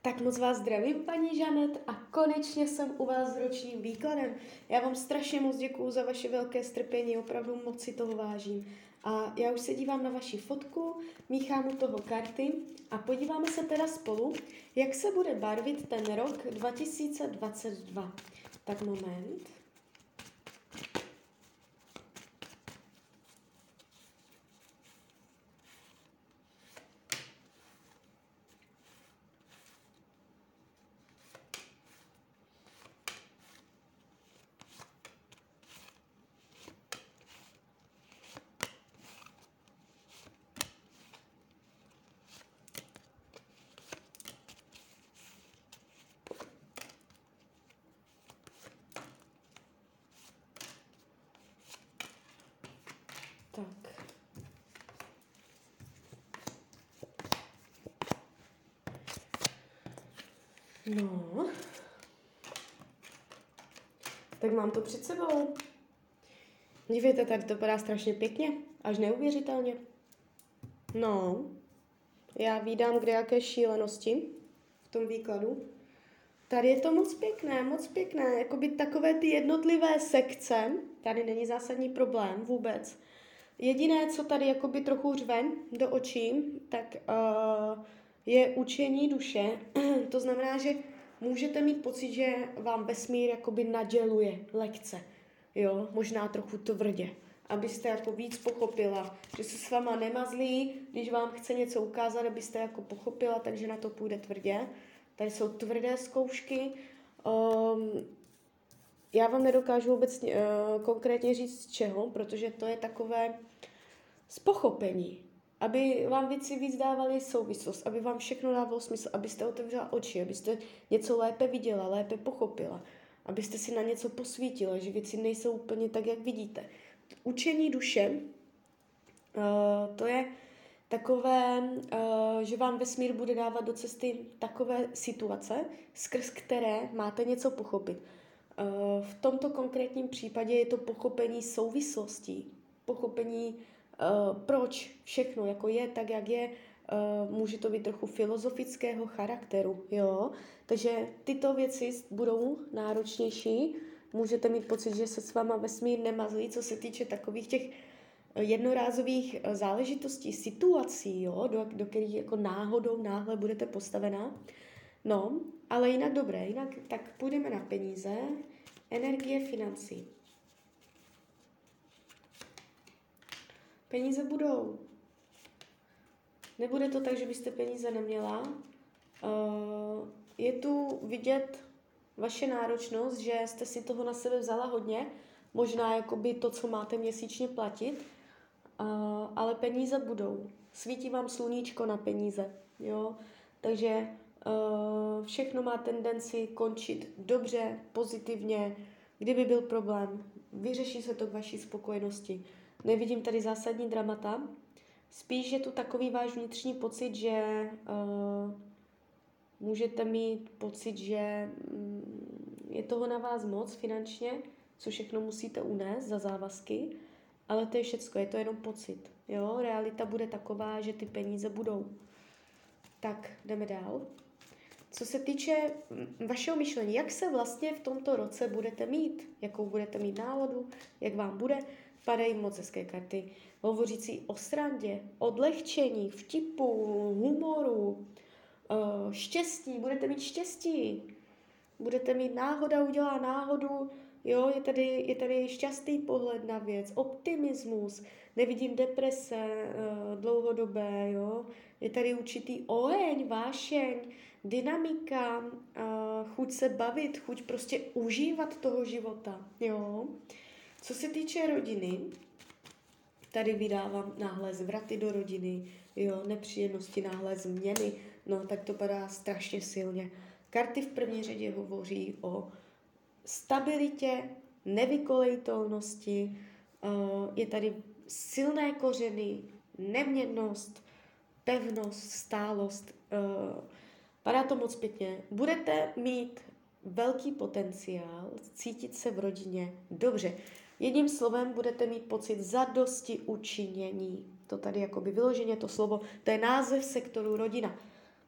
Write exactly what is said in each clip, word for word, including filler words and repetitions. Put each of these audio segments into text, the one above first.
Tak moc vás zdravím, paní Žanet, a konečně jsem u vás s ročním výkladem. Já vám strašně moc děkuju za vaše velké strpení, opravdu moc si toho vážím. A já už se dívám na vaši fotku, míchám u toho karty a podíváme se teda spolu, jak se bude barvit ten rok dva tisíce dvacet dva. Tak moment. Tak. No. Tak mám to před sebou. Dívejte, tady to vypadá strašně pěkně, až neuvěřitelně. No, já vídám kde jaké šílenosti v tom výkladu. Tady je to moc pěkné, moc pěkné, jakoby takové ty jednotlivé sekce, tady není zásadní problém vůbec. Jediné, co tady jakoby trochu řve do očí, tak uh, je učení duše. To znamená, že můžete mít pocit, že vám vesmír jakoby naděluje lekce, jo, možná trochu tvrdě, abyste jako víc pochopila, že se s váma nemazlí, když vám chce něco ukázat, abyste jako pochopila, takže na to půjde tvrdě. Tady jsou tvrdé zkoušky. Um, já vám nedokážu vůbec uh, konkrétně říct z čeho, protože to je takové z pochopení, aby vám věci víc dávaly souvislost, aby vám všechno dávalo smysl, abyste otevřela oči, abyste něco lépe viděla, lépe pochopila, abyste si na něco posvítila, že věci nejsou úplně tak, jak vidíte. Učení duše, uh, to je takové, uh, že vám vesmír bude dávat do cesty takové situace, skrz které máte něco pochopit. Uh, v tomto konkrétním případě je to pochopení souvislostí, pochopení, uh, proč všechno jako je tak, jak je. Uh, může to být trochu filozofického charakteru, jo. Takže tyto věci budou náročnější. Můžete mít pocit, že se s váma vesmír nemazlí, co se týče takových těch jednorázových záležitostí, situací, jo, do, do kterých jako náhodou náhle budete postavená. No, ale jinak dobré, jinak tak půjdeme na peníze, energie, financí. Peníze budou. Nebude to tak, že byste peníze neměla. Uh, je tu vidět vaše náročnost, že jste si toho na sebe vzala hodně, možná jakoby to, co máte měsíčně platit, uh, ale peníze budou. Svítí vám sluníčko na peníze, jo? Takže uh, všechno má tendenci končit dobře, pozitivně. Kdyby byl problém, vyřeší se to k vaší spokojenosti. Nevidím tady zásadní dramata. Spíš je tu takový váš vnitřní pocit, že uh, můžete mít pocit, že um, je toho na vás moc finančně, co všechno musíte unést za závazky, ale to je všecko, je to jenom pocit. Jo? Realita bude taková, že ty peníze budou. Tak, jdeme dál. Co se týče vašeho myšlení, jak se vlastně v tomto roce budete mít, jakou budete mít náladu, jak vám bude, padají moc hezké karty, hovořící o srandě, odlehčení, vtipu, humoru, štěstí, budete mít štěstí, budete mít náhoda udělá náhodu, jo, je tady, je tady šťastný pohled na věc, optimismus, nevidím deprese dlouhodobé, jo, je tady určitý oheň, vášeň, dynamika, chuť se bavit, chuť prostě užívat toho života, jo. Co se týče rodiny, tady vydávám náhle zvraty do rodiny, jo, nepříjemnosti, náhle změny, no tak to padá strašně silně. Karty v první řadě hovoří o stabilitě, nevykolejitelnosti, uh, je tady silné kořeny, neměnnost, pevnost, stálost, uh, padá to moc pěkně. Budete mít velký potenciál cítit se v rodině dobře. Jedním slovem budete mít pocit zadosti učinění. To tady jakoby vyloženě to slovo, to je název sektoru rodina.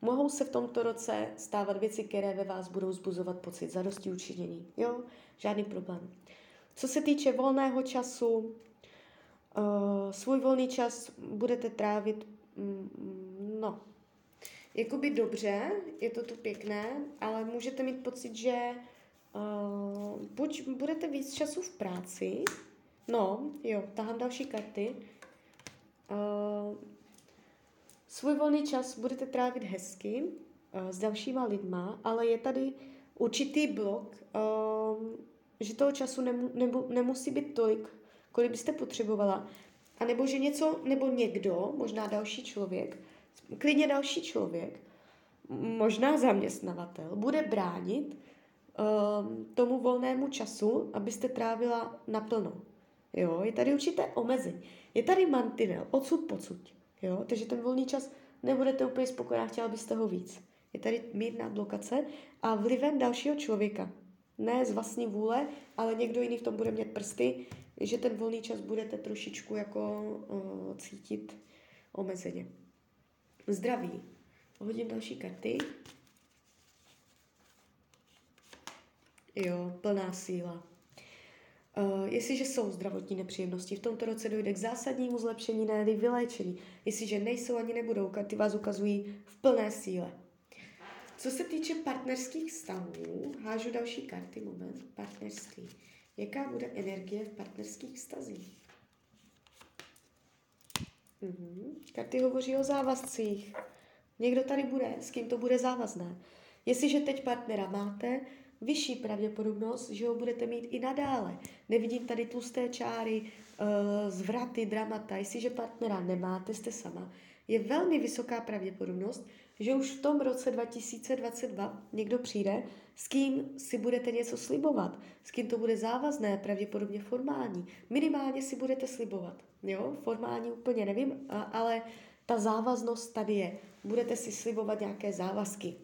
Mohou se v tomto roce stávat věci, které ve vás budou zbuzovat pocit zadosti učinění. Jo, žádný problém. Co se týče volného času, uh, svůj volný čas budete trávit, mm, no, jakoby dobře, je to tu pěkné, ale můžete mít pocit, že uh, buď budete víc času v práci, no, jo, tahám další karty, uh, svůj volný čas budete trávit hezky uh, s dalšíma lidma, ale je tady určitý blok, uh, že toho času nemu, nebu, nemusí být tolik, kolik byste potřebovala, a nebo že něco, nebo někdo, možná další člověk, klidně další člověk, možná zaměstnavatel, bude bránit um, tomu volnému času, abyste trávila naplno. Jo, je tady určité omezení. Je tady mantinel, odsud pocud. Jo, takže ten volný čas nebudete úplně spokojená, chtěla byste ho víc. Je tady mírná blokace a vlivem dalšího člověka. Ne z vlastní vůle, ale někdo jiný v tom bude mít prsty, že ten volný čas budete trošičku jako uh, cítit omezeně. Zdraví. Hodím další karty. Jo, plná síla. Uh, jestliže jsou zdravotní nepříjemnosti, v tomto roce dojde k zásadnímu zlepšení, ne vyléčení. Jestliže nejsou ani nebudou, karty vás ukazují v plné síle. Co se týče partnerských vztahů, hážu další karty, moment, partnerství. Jaká bude energie v partnerských vztazích? Mhm. Karty hovoří o závazcích. Někdo tady bude, s kým to bude závazné. Jestliže teď partnera máte, vyšší pravděpodobnost, že ho budete mít i nadále. Nevidím tady tlusté čáry, uh, zvraty, dramata. Jestliže partnera nemáte, jste sama. Je velmi vysoká pravděpodobnost, že už v tom roce dva tisíce dvacet dva někdo přijde, s kým si budete něco slibovat, s kým to bude závazné, pravděpodobně formální. Minimálně si budete slibovat. Jo? Formální úplně nevím, ale ta závaznost tady je. Budete si slibovat nějaké závazky.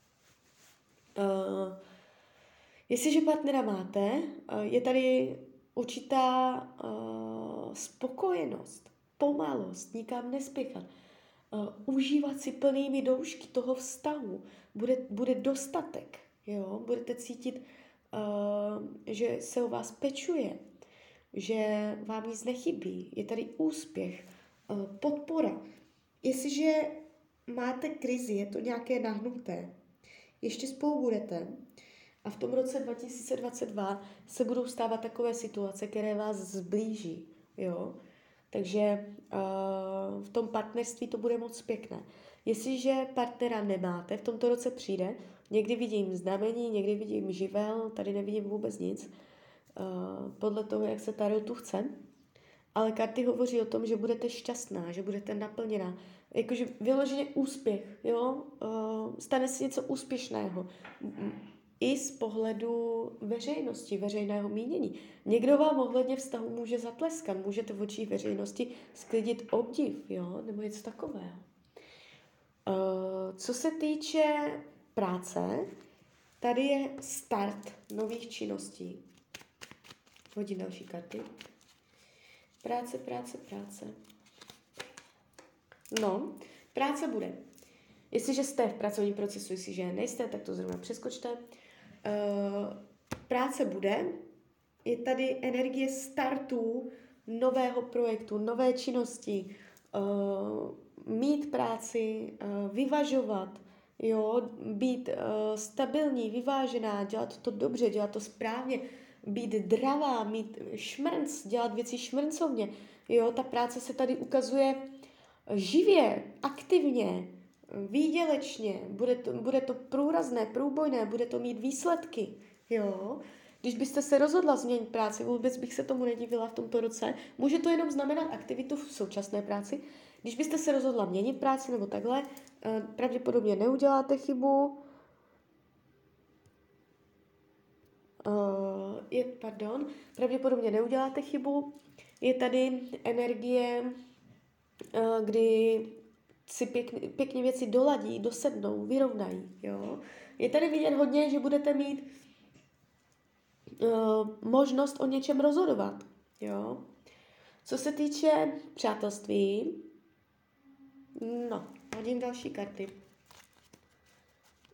Uh, jestliže partnera máte, uh, je tady určitá uh, spokojenost, pomalost, nikam nespěchat. Uh, užívat si plnými doušky toho vztahu. Bude, bude dostatek. Jo? Budete cítit, uh, že se o vás pečuje, že vám nic nechybí. Je tady úspěch, uh, podpora. Jestliže máte krizi, je to nějaké nahnuté, ještě spolu budete a v tom roce dva tisíce dvacet dva se budou stávat takové situace, které vás zblíží. Jo? Takže uh, v tom partnerství to bude moc pěkné. Jestliže partnera nemáte, v tomto roce přijde, někdy vidím znamení, někdy vidím živel, tady nevidím vůbec nic, uh, podle toho, jak se tarotu chce, ale karty hovoří o tom, že budete šťastná, že budete naplněná, jakože vyloženě úspěch, jo? Uh, stane se něco úspěšného. I z pohledu veřejnosti, veřejného mínění. Někdo vám ohledně vztahu může zatleskat, můžete v očích veřejnosti sklidit obdiv, jo? Nebo něco takového. Uh, co se týče práce, tady je start nových činností. Hodím další karty. Práce, práce, práce. No, práce bude. Jestliže jste v pracovním procesu, jestliže nejste, tak to zrovna přeskočte. Uh, práce bude. Je tady energie startu nového projektu, nové činnosti, uh, mít práci, uh, vyvažovat, jo, být uh, stabilní, vyvážená, dělat to dobře, dělat to správně, být dravá, mít šmrnc, dělat věci šmrncovně. Jo, ta práce se tady ukazuje živě, aktivně, výdělečně, bude to, bude to průrazné, průbojné, bude to mít výsledky. Jo? Když byste se rozhodla změnit práci, vůbec bych se tomu nedivila v tomto roce, může to jenom znamenat aktivitu v současné práci. Když byste se rozhodla měnit práci nebo takhle, pravděpodobně neuděláte chybu. Uh, je, pardon, pravděpodobně neuděláte chybu. Je tady energie, uh, kdy si pěkně, pěkně věci doladí, dosednou, vyrovnají. Jo? Je tady vidět hodně, že budete mít uh, možnost o něčem rozhodovat. Jo? Co se týče přátelství, no, hodím další karty.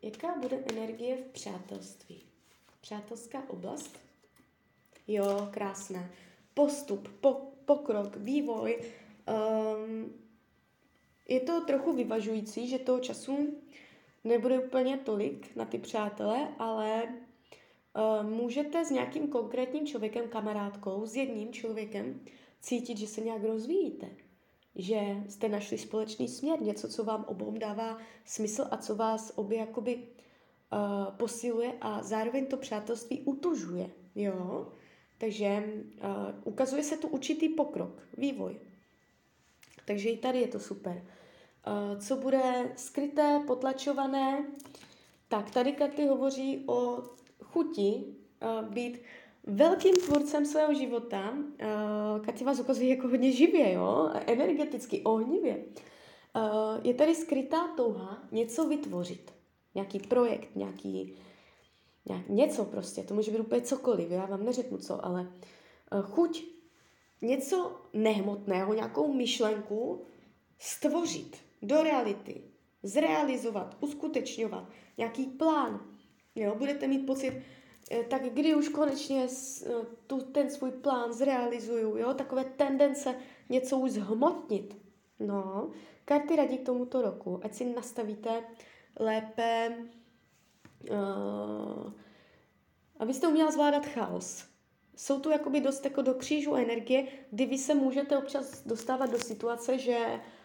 Jaká bude energie v přátelství? Přátelská oblast? Jo, krásné. Postup, po, pokrok, vývoj. Um, je to trochu vyvažující, že toho času nebude úplně tolik na ty přátele, ale uh, můžete s nějakým konkrétním člověkem, kamarádkou, s jedním člověkem cítit, že se nějak rozvíjíte. Že jste našli společný směr, něco, co vám obou dává smysl a co vás obě jakoby uh, posiluje a zároveň to přátelství utužuje. Jo? Takže uh, ukazuje se tu určitý pokrok, vývoj. Takže i tady je to super. Uh, co bude skryté, potlačované, tak tady karty hovoří o chuti uh, být velkým tvůrcem svého života. Uh, karty vás ukazují jako hodně živě, jo? Energeticky, ohnivě. Uh, je tady skrytá touha něco vytvořit. Nějaký projekt, nějaký, nějak, něco prostě. To může být úplně cokoliv, já vám neřeknu co, ale uh, chuť něco nehmotného, nějakou myšlenku stvořit do reality, zrealizovat, uskutečňovat, nějaký plán. Jo? Budete mít pocit, tak kdy už konečně tu, ten svůj plán zrealizuju, jo? Takové tendence něco už zhmotnit. No, karty radí k tomuto roku, ať si nastavíte lépe, uh, abyste uměla zvládat chaos. Jsou tu jakoby dost jako do křížu energie, kdy vy se můžete občas dostávat do situace, že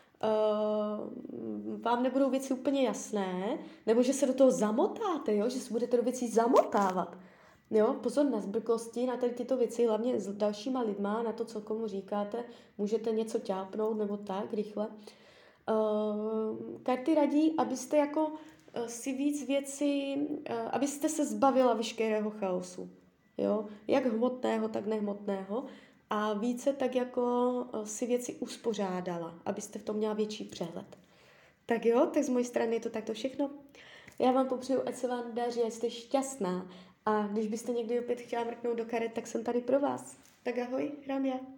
uh, vám nebudou věci úplně jasné, nebo že se do toho zamotáte, jo? Že se budete do věcí zamotávat. Jo? Pozor na zbrklosti, na tady tyto věci, hlavně s dalšíma lidma, na to, co komu říkáte, můžete něco ťápnout nebo tak rychle. Uh, karty radí, abyste jako uh, si víc věcí, uh, abyste se zbavila veškerého chaosu. Jo? Jak hmotného, tak nehmotného. A více tak jako uh, si věci uspořádala, abyste v tom měla větší přehled. Tak jo, tak z mojej strany je to takto všechno. Já vám popřeju, ať se vám daří, ať jste šťastná. A když byste někdy opět chtěla mrknout do karet, tak jsem tady pro vás. Tak ahoj, Ramia.